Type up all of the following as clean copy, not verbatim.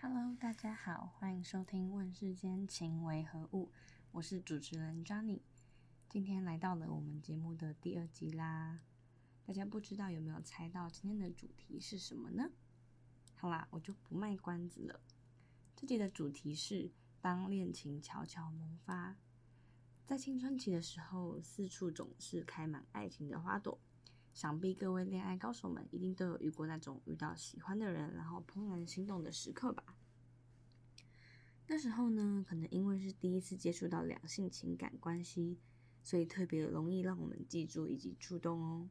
Hello， 大家好，欢迎收听《问世间情为何物》，我是主持人 Johnny。今天来到了我们节目的第2集啦，大家不知道有没有猜到今天的主题是什么呢？好啦，我就不卖关子了。这集的主题是当恋情悄悄萌发。在青春期的时候，四处总是开满爱情的花朵。想必各位恋爱高手们一定都有遇过那种遇到喜欢的人，然后怦然心动的时刻吧。那时候呢，可能因为是第一次接触到两性情感关系，所以特别容易让我们记住以及触动哦。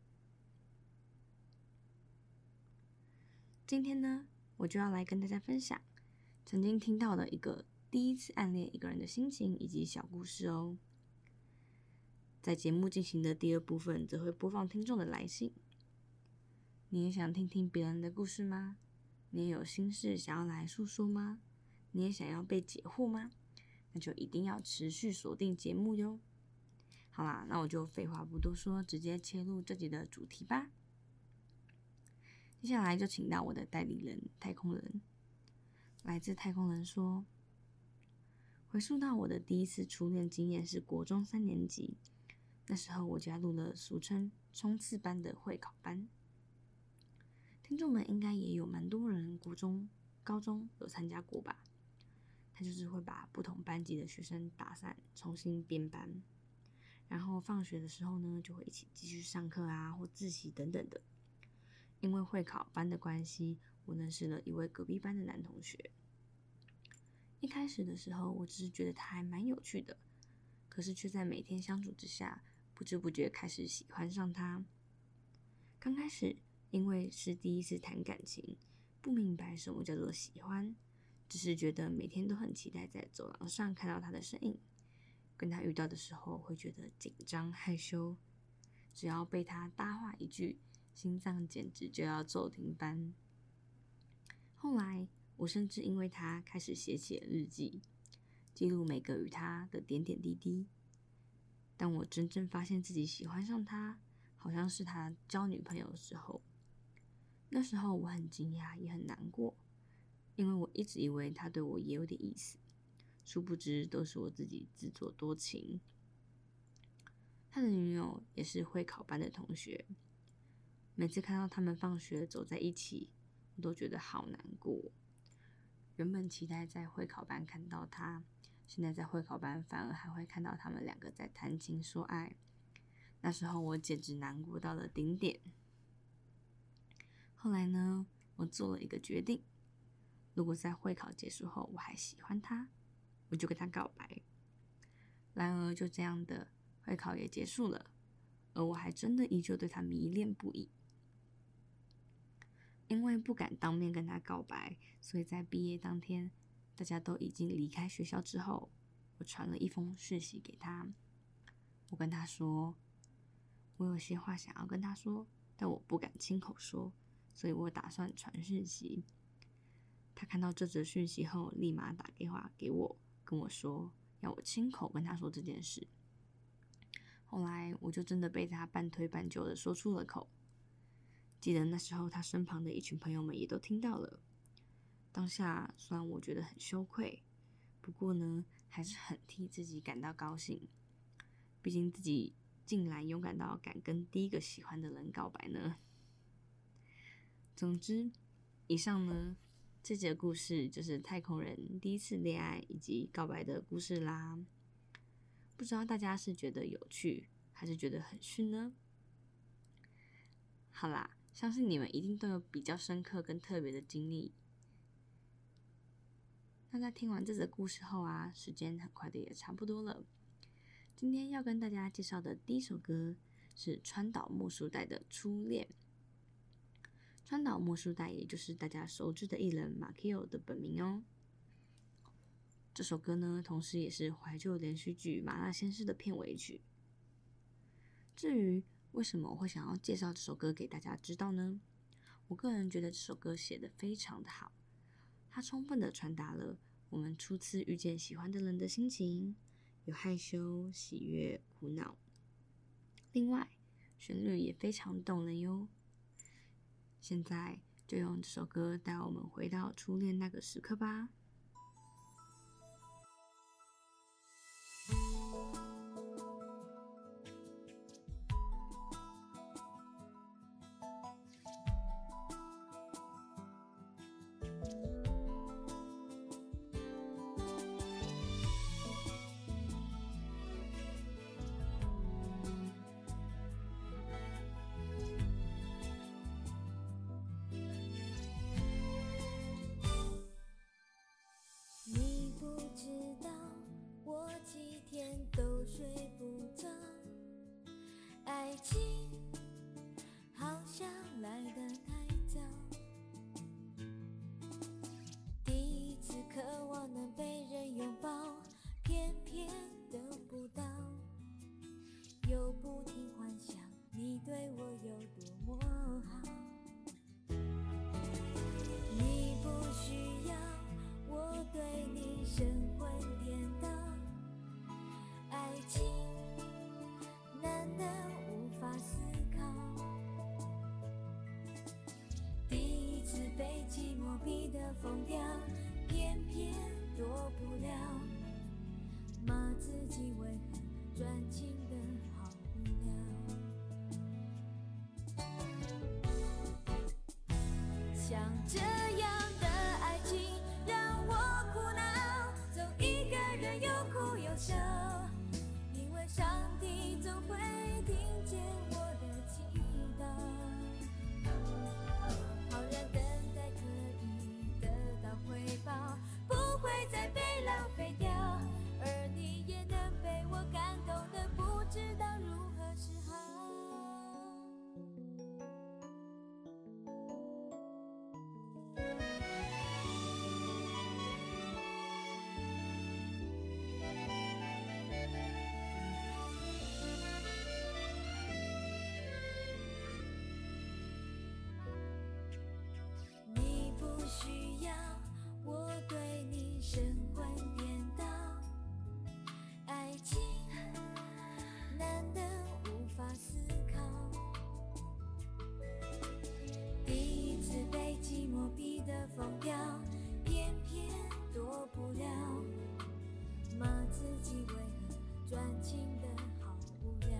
今天呢，我就要来跟大家分享曾经听到的一个第一次暗恋一个人的心情以及小故事哦。在节目进行的第2部分，则会播放听众的来信。你也想听听别人的故事吗？你也有心事想要来诉说吗？你也想要被解惑吗？那就一定要持续锁定节目哟。好啦，那我就废话不多说，直接切入这集的主题吧。接下来就请到我的代理人太空人。来自太空人说，回溯到我的第一次初恋经验是国中3年级，那时候我加入了俗称冲刺班的会考班。听众们应该也有蛮多人国中、高中有参加过吧。他就是会把不同班级的学生打散，重新编班，然后放学的时候呢，就会一起继续上课啊，或自习等等的。因为会考班的关系，我认识了一位隔壁班的男同学。一开始的时候，我只是觉得他还蛮有趣的，可是却在每天相处之下，不知不觉开始喜欢上他。刚开始，因为是第一次谈感情，不明白什么叫做喜欢，只是觉得每天都很期待在走廊上看到他的身影，跟他遇到的时候会觉得紧张害羞，只要被他搭话一句，心脏简直就要骤停般。后来我甚至因为他开始写起了日记，记录每个与他的点点滴滴。当我真正发现自己喜欢上他，好像是他交女朋友的时候，那时候我很惊讶也很难过，因为我一直以为他对我也有点意思，殊不知都是我自己自作多情。他的女友也是会考班的同学，每次看到他们放学走在一起，我都觉得好难过。原本期待在会考班看到他，现在在会考班反而还会看到他们2个在谈情说爱，那时候我简直难过到了顶点。后来呢，我做了一个决定，如果在会考结束后我还喜欢他，我就跟他告白。然而就这样的，会考也结束了，而我还真的依旧对他迷恋不已。因为不敢当面跟他告白，所以在毕业当天，大家都已经离开学校之后，我传了一封讯息给他。我跟他说，我有些话想要跟他说，但我不敢亲口说，所以我打算传讯息。他看到这则讯息后，立马打电话给我，跟我说要我亲口跟他说这件事。后来我就真的被他半推半就的说出了口。记得那时候他身旁的一群朋友们也都听到了。当下虽然我觉得很羞愧，不过呢，还是很替自己感到高兴。毕竟自己竟然勇敢到敢跟第一个喜欢的人告白呢。总之，以上呢，这节故事就是太空人第一次恋爱以及告白的故事啦。不知道大家是觉得有趣，还是觉得很逊呢？好啦，相信你们一定都有比较深刻跟特别的经历。那在听完这则故事后啊，时间很快的也差不多了。今天要跟大家介绍的第一首歌是川岛茉树代的《初恋》。川岛茉树代也就是大家熟知的艺人马 Kyo 的本名哦。这首歌呢，同时也是怀旧连续剧《麻辣鲜师》的片尾曲。至于为什么我会想要介绍这首歌给大家知道呢？我个人觉得这首歌写得非常的好，它充分的传达了我们初次遇见喜欢的人的心情，有害羞、喜悦、苦恼。另外，旋律也非常动人哟。现在就用这首歌带我们回到初恋那个时刻吧。 你不知道，我几天都睡不着，爱情好像来得太早，第一次渴望能被人拥抱，偏偏得不到，又不停幻想你对我有多么好，你不需要我对你神魂颠倒，爱情难得无法思考，第一次被寂寞逼得疯掉，偏偏躲不了，骂自己为何专情的好无聊，像这样的爱情让我苦恼，总一个人又哭又笑，因为上帝总会听见我的祈祷，好让等待可以得到回报，不会再被浪费掉，而你也能被我感动得不知道如何是好。你不需要我对你神魂颠倒，爱情难得无法思考，第一次被寂寞逼得疯掉，偏偏躲不了，骂自己为何专情的好无聊，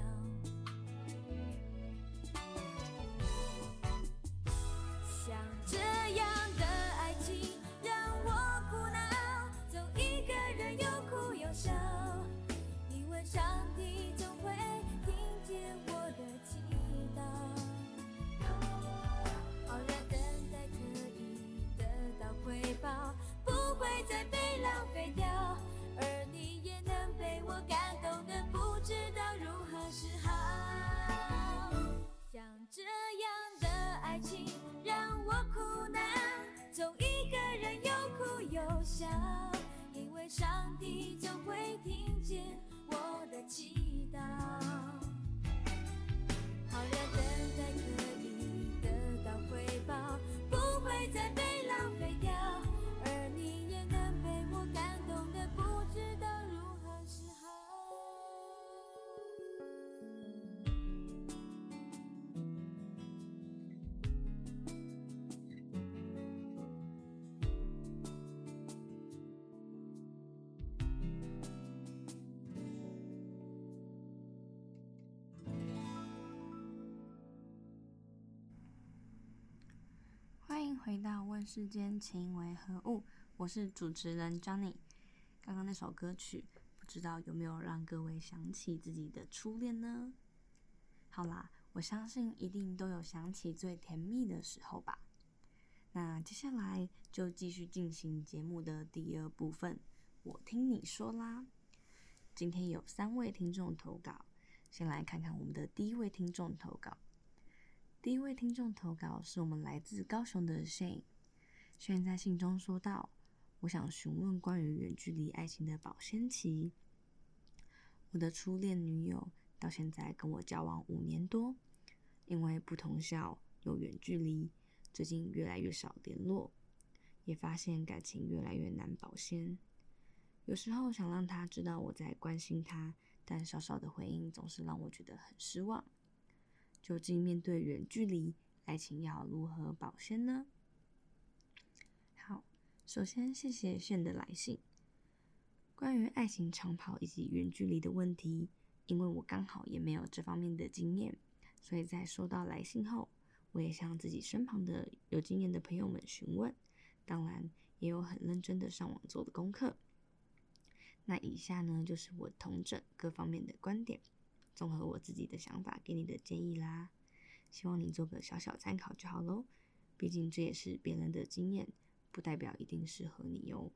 像这样的爱情让我苦恼，总一个人又哭又笑，因为上帝总会听见我的祈祷，好让等待可以得到回报，不会再被浪费掉，而你也能被我感动得不知道如何是好，像这样的爱情让我苦恼，总一个人又哭又笑，因为上帝总会听见我的祈祷，好让等待可以得到回报，不会再被浪费掉，而你也能被我感动得不知道如何是好。 欢迎回到问世间情为何物，我是主持人 Johnny。刚刚那首歌曲，不知道有没有让各位想起自己的初恋呢？好啦，我相信一定都有想起最甜蜜的时候吧。那接下来就继续进行节目的第二部分，我听你说啦。今天有3位听众投稿，先来看看我们的第一位听众投稿。第一位听众投稿是我们来自高雄的 Shane 在信中说道：我想询问关于远距离爱情的保鲜期。我的初恋女友到现在跟我交往5年多，因为不同校有远距离，最近越来越少联络，也发现感情越来越难保鲜。有时候想让她知道我在关心她，但少少的回应总是让我觉得很失望。究竟面对远距离，爱情要如何保鲜呢？ 首先，谢谢炫的来信。关于爱情长跑以及远距离的问题，因为我刚好也没有这方面的经验，所以在收到来信后，我也向自己身旁的有经验的朋友们询问，当然也有很认真的上网做的功课。那以下呢，就是我统整各方面的观点，综合我自己的想法给你的建议啦，希望你做个小小参考就好咯，毕竟这也是别人的经验，不代表一定适合你哦。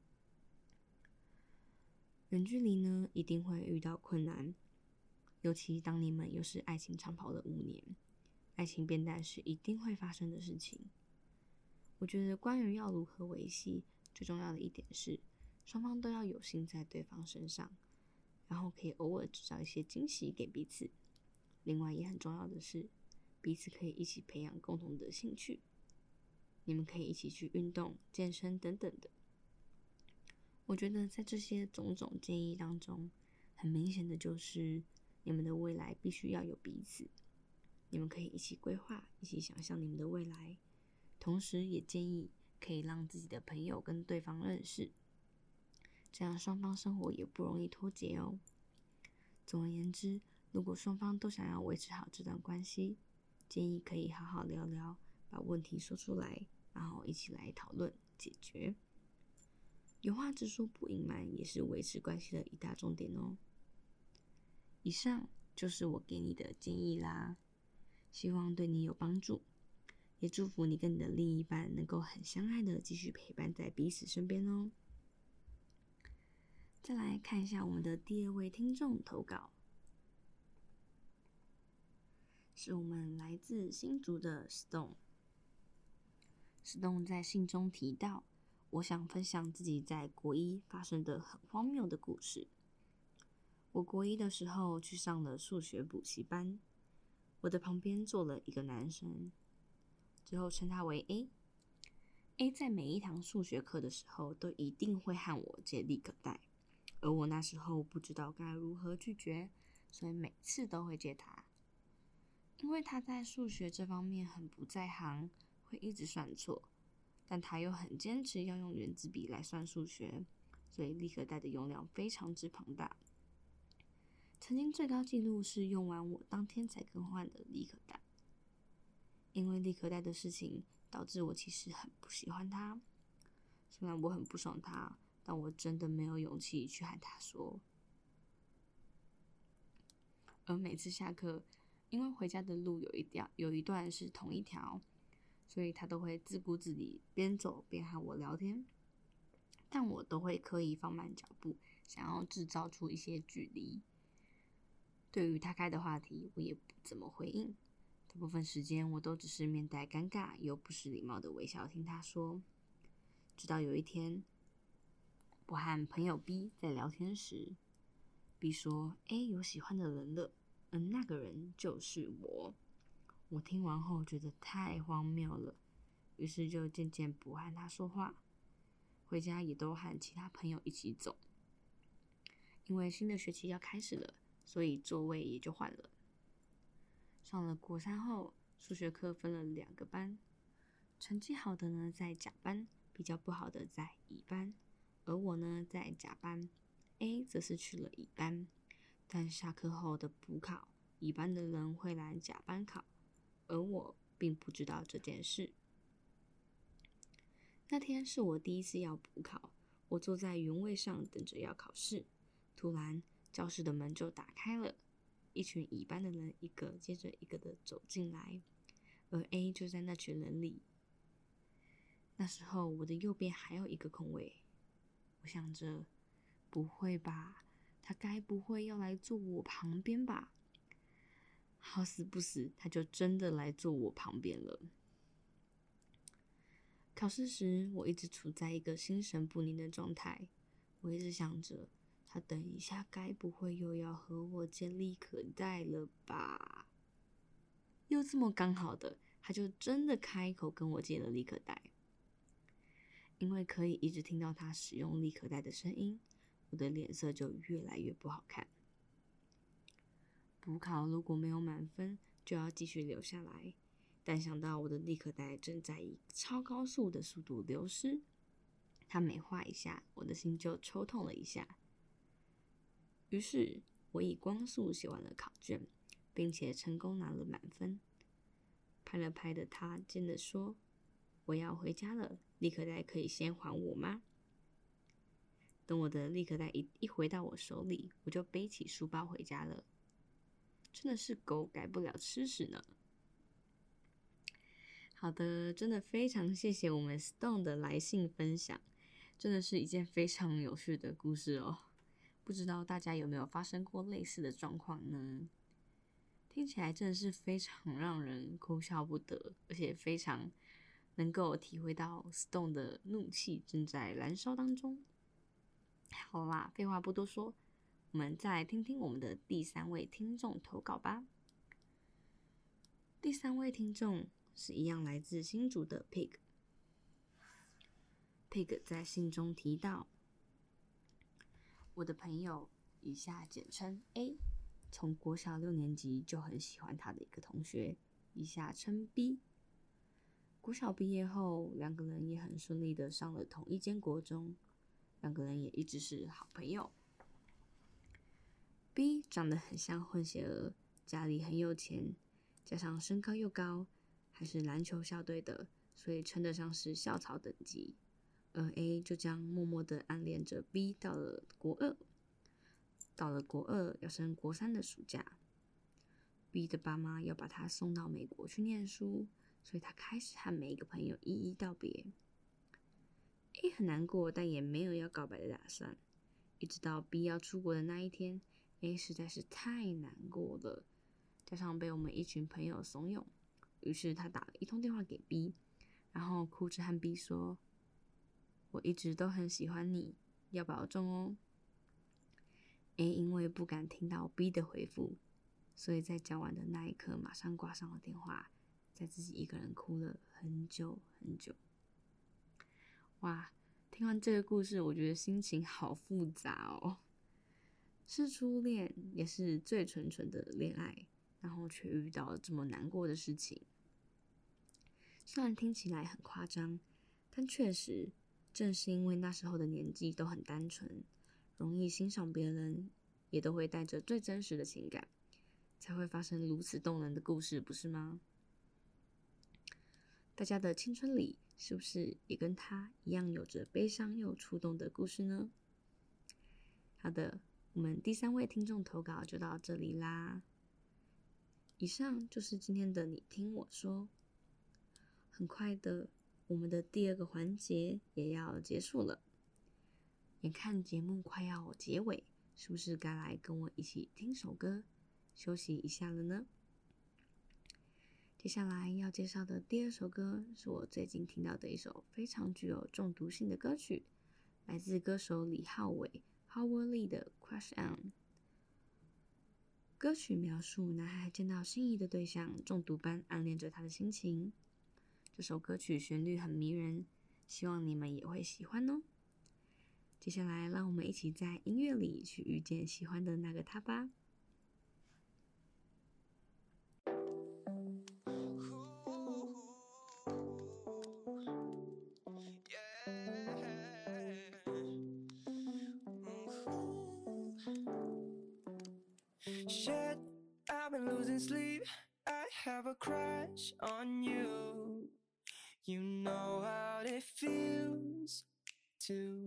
远距离呢，一定会遇到困难，尤其当你们又是爱情长跑了5年，爱情变淡是一定会发生的事情。我觉得关于要如何维系，最重要的一点是，双方都要有心在对方身上，然后可以偶尔制造一些惊喜给彼此。另外也很重要的是，彼此可以一起培养共同的兴趣，你们可以一起去运动、健身等等的。我觉得在这些种种建议当中，很明显的就是你们的未来必须要有彼此，你们可以一起规划，一起想象你们的未来，同时也建议可以让自己的朋友跟对方认识，这样双方生活也不容易脱节哦。总而言之，如果双方都想要维持好这段关系，建议可以好好聊聊，把问题说出来，然后一起来讨论解决。有话直说不隐瞒，也是维持关系的一大重点哦。以上就是我给你的建议啦，希望对你有帮助，也祝福你跟你的另一半能够很相爱的继续陪伴在彼此身边哦。再来看一下我们的第2位听众投稿，是我们来自新竹的 Stone。Stone 在信中提到，我想分享自己在国一发生的很荒谬的故事。我国一的时候去上了数学补习班，我的旁边坐了一个男生，之后称他为 A。A 在每一堂数学课的时候都一定会和我借立可带，而我那时候不知道该如何拒绝，所以每次都会借他。因为他在数学这方面很不在行，会一直算错，但他又很坚持要用原子笔来算数学，所以立可带的用量非常之庞大。曾经最高纪录是用完我当天才更换的立可带。因为立可带的事情，导致我其实很不喜欢他。虽然我很不爽他，但我真的没有勇气去和他说。而每次下课，因为回家的路有一段是同一条，所以他都会自顾自地边走边和我聊天，但我都会刻意放慢脚步，想要制造出一些距离。对于他开的话题，我也不怎么回应，大部分时间我都只是面带尴尬又不失礼貌的微笑听他说。直到有一天，我和朋友 B 在聊天时， B 说 A 有喜欢的人了，而那个人就是我。我听完后觉得太荒谬了，于是就渐渐不和他说话，回家也都和其他朋友一起走。因为新的学期要开始了，所以座位也就换了。上了国3后，数学课分了2个班，成绩好的呢在甲班，比较不好的在乙班，而我呢在甲班， A 则是去了乙班。但下课后的补考，乙班的人会来甲班考，而我并不知道这件事。那天是我第一次要补考，我坐在原位上等着要考试，突然教室的门就打开了，一群乙班的人一个接着一个的走进来，而 A 就在那群人里。那时候我的右边还有一个空位，我想着，不会吧，他该不会要来坐我旁边吧？好死不死，他就真的来坐我旁边了。考试时，我一直处在一个心神不宁的状态，我一直想着，他等一下该不会又要和我借立可带了吧？又这么刚好的，他就真的开口跟我借了立可带。因为可以一直听到他使用立可带的声音，我的脸色就越来越不好看。补考如果没有满分，就要继续留下来，但想到我的立可带正在以超高速的速度流失， 他每画一下，我的心就抽痛了一下。于是我以光速写完了考卷，并且成功拿了满分。拍了拍的他尖地说：“我要回家了，立可带可以先还我吗？”等我的立可带一回到我手里，我就背起书包回家了。真的是狗改不了吃屎呢。好的，真的非常谢谢我们 Stone 的来信分享，真的是一件非常有趣的故事哦。不知道大家有没有发生过类似的状况呢？听起来真的是非常让人哭笑不得，而且非常能够体会到 Stone 的怒气正在燃烧当中。好啦，废话不多说，我们再来听听我们的第3位听众投稿吧。第3位听众是一样来自新竹的 Pig。Pig 在信中提到，我的朋友以下简称 A， 从国小6年级就很喜欢他的一个同学，以下称 B。国小毕业后，2个人也很顺利的上了同一间国中，2个人也一直是好朋友。B 长得很像混血儿，家里很有钱，加上身高又高，还是篮球校队的，所以称得上是校草等级。而 A 就这样默默的暗恋着 B 到了国2。到了国2要升国3的暑假， B 的爸妈要把他送到美国去念书，所以他开始和每一个朋友一一道别。A 很难过，但也没有要告白的打算。一直到 B 要出国的那一天， A 实在是太难过了，加上被我们一群朋友怂恿，于是他打了一通电话给 B， 然后哭着和 B 说：“我一直都很喜欢你，要保重哦。” A 因为不敢听到 B 的回复，所以在讲完的那一刻马上挂上了电话，在自己一个人哭了很久很久。哇，听完这个故事，我觉得心情好复杂哦。是初恋，也是最纯纯的恋爱，然后却遇到了这么难过的事情。虽然听起来很夸张，但确实正是因为那时候的年纪都很单纯，容易欣赏别人，也都会带着最真实的情感，才会发生如此动人的故事，不是吗？大家的青春里是不是也跟他一样有着悲伤又触动的故事呢？好的，我们第3位听众投稿就到这里啦。以上就是今天的你听我说。很快的，我们的第2个环节也要结束了。眼看节目快要结尾，是不是该来跟我一起听首歌，休息一下了呢？接下来要介绍的第2首歌，是我最近听到的一首非常具有中毒性的歌曲，来自歌手李浩伟 Howard Lee 的 Crush On。 歌曲描述男孩见到心仪的对象，中毒般暗恋着他的心情。这首歌曲旋律很迷人，希望你们也会喜欢哦。接下来让我们一起在音乐里去遇见喜欢的那个他吧。 Shit, I've been losing sleep. I have a crush on you. You know how it feels to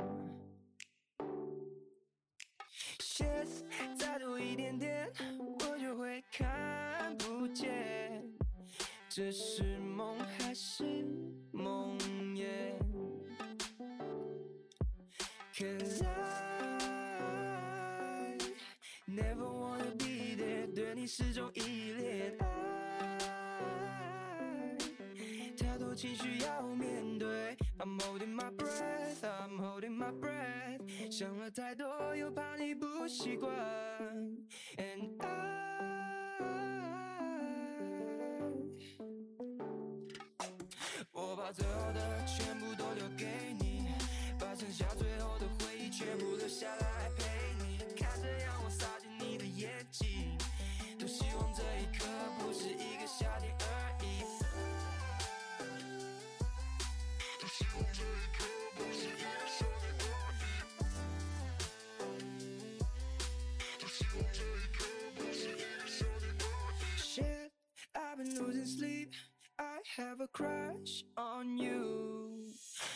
Shit, 再多一点点，我就会看不见，这是梦还是梦魇 Cause I never wanna be there， 对你始终依恋，爱太多情绪要面对。I'm holding my breath, I'm holding my breath， 想了太多，又怕你不习惯。And我把最好的全部都留给你，把剩下最后的回忆全部留下来陪你。看着阳光洒进你的眼睛，多希望这一刻不是一个夏天而已。多希望这一刻不是一个夏天。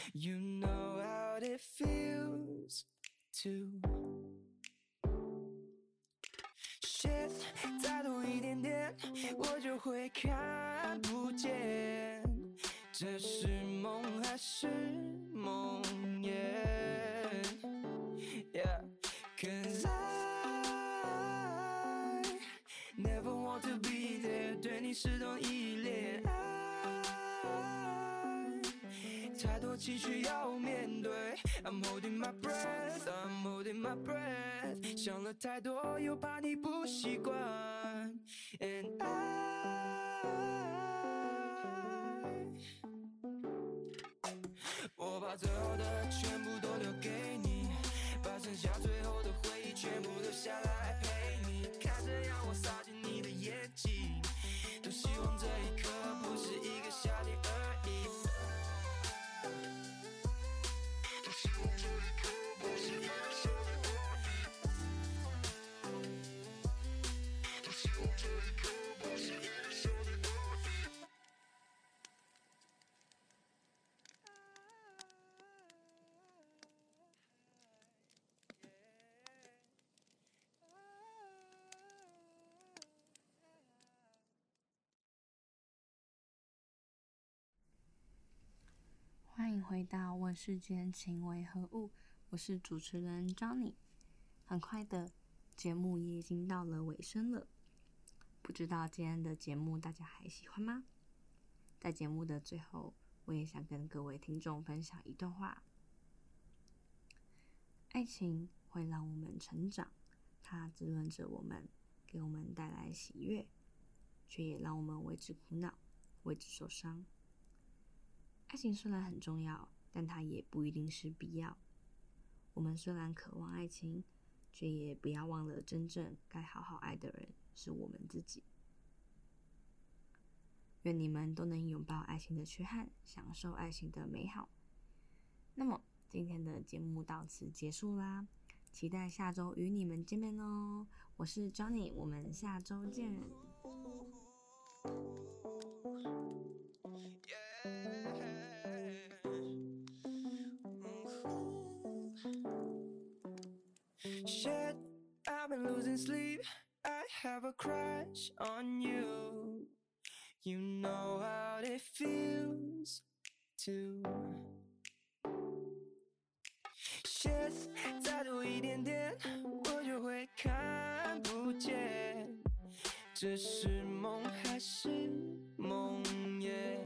You know how it feels to shit， 再多一点点，我就会看不见，这是梦还是梦魇？Yeah, 'cause I never want to be there， 对你始终依恋。太多情绪要面对 I'm holding my breath, I'm holding my breath， 想了太多又怕你不习惯 And我把最好的全部都留给你，把剩下最后的回忆全部留下来陪你，看着阳光洒进你的眼睛，多希望这一刻不是一个夏天而已。 欢迎回到问世间情为何物，我是主持人 Johnny。很快的，节目也已经到了尾声了，不知道今天的节目大家还喜欢吗？在节目的最后，我也想跟各位听众分享一段话：爱情会让我们成长，它滋润着我们，给我们带来喜悦，却也让我们为之苦恼，为之受伤。爱情虽然很重要，但它也不一定是必要。我们虽然渴望爱情，却也不要忘了真正该好好爱的人是我们自己。愿你们都能拥抱爱情的缺憾，享受爱情的美好。那么今天的节目到此结束啦，期待下周与你们见面哦。我是 Johnny， 我们下周见。 Shit, I've been losing sleep. I have a crush on you. You know how it feels to shit， 再多一点点，我就会看不见，这是梦还是梦魇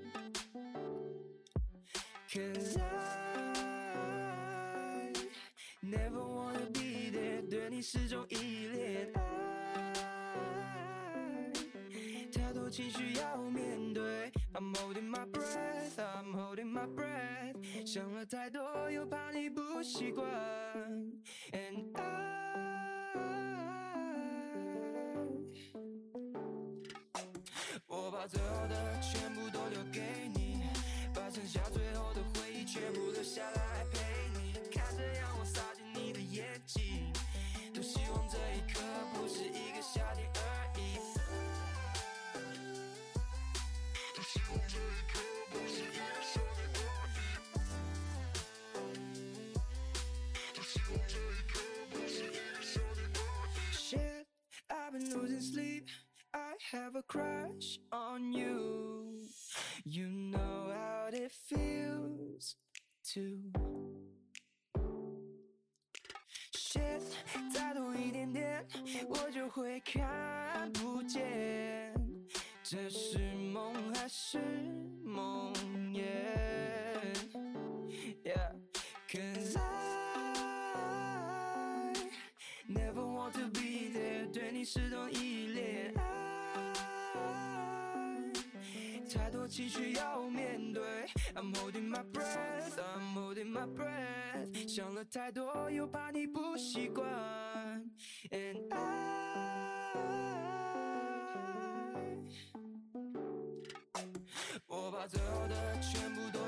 ？Cause I never wanna be there， 对你始终依恋。太多情绪要面对 I'm holding my breath, I'm holding my breath， 想了太多又怕你不习惯 And我把最好的全部都留给你，把剩下最后的回忆全部留下来陪你，看着阳光洒进你的眼睛，多希望这一刻不是一个夏天而已。Shit, I've been losing sleep. I have a crush on you. You know how it feels to shit， 再多一点点，我就会看不见，这是梦还是梦魇 ？Yeah, 'cause I never want to be there， 对你始终依恋。太多情绪要面对 I'm holding my breath, I'm holding my breath， 想了太多又怕你不习惯 And我把最好的全部都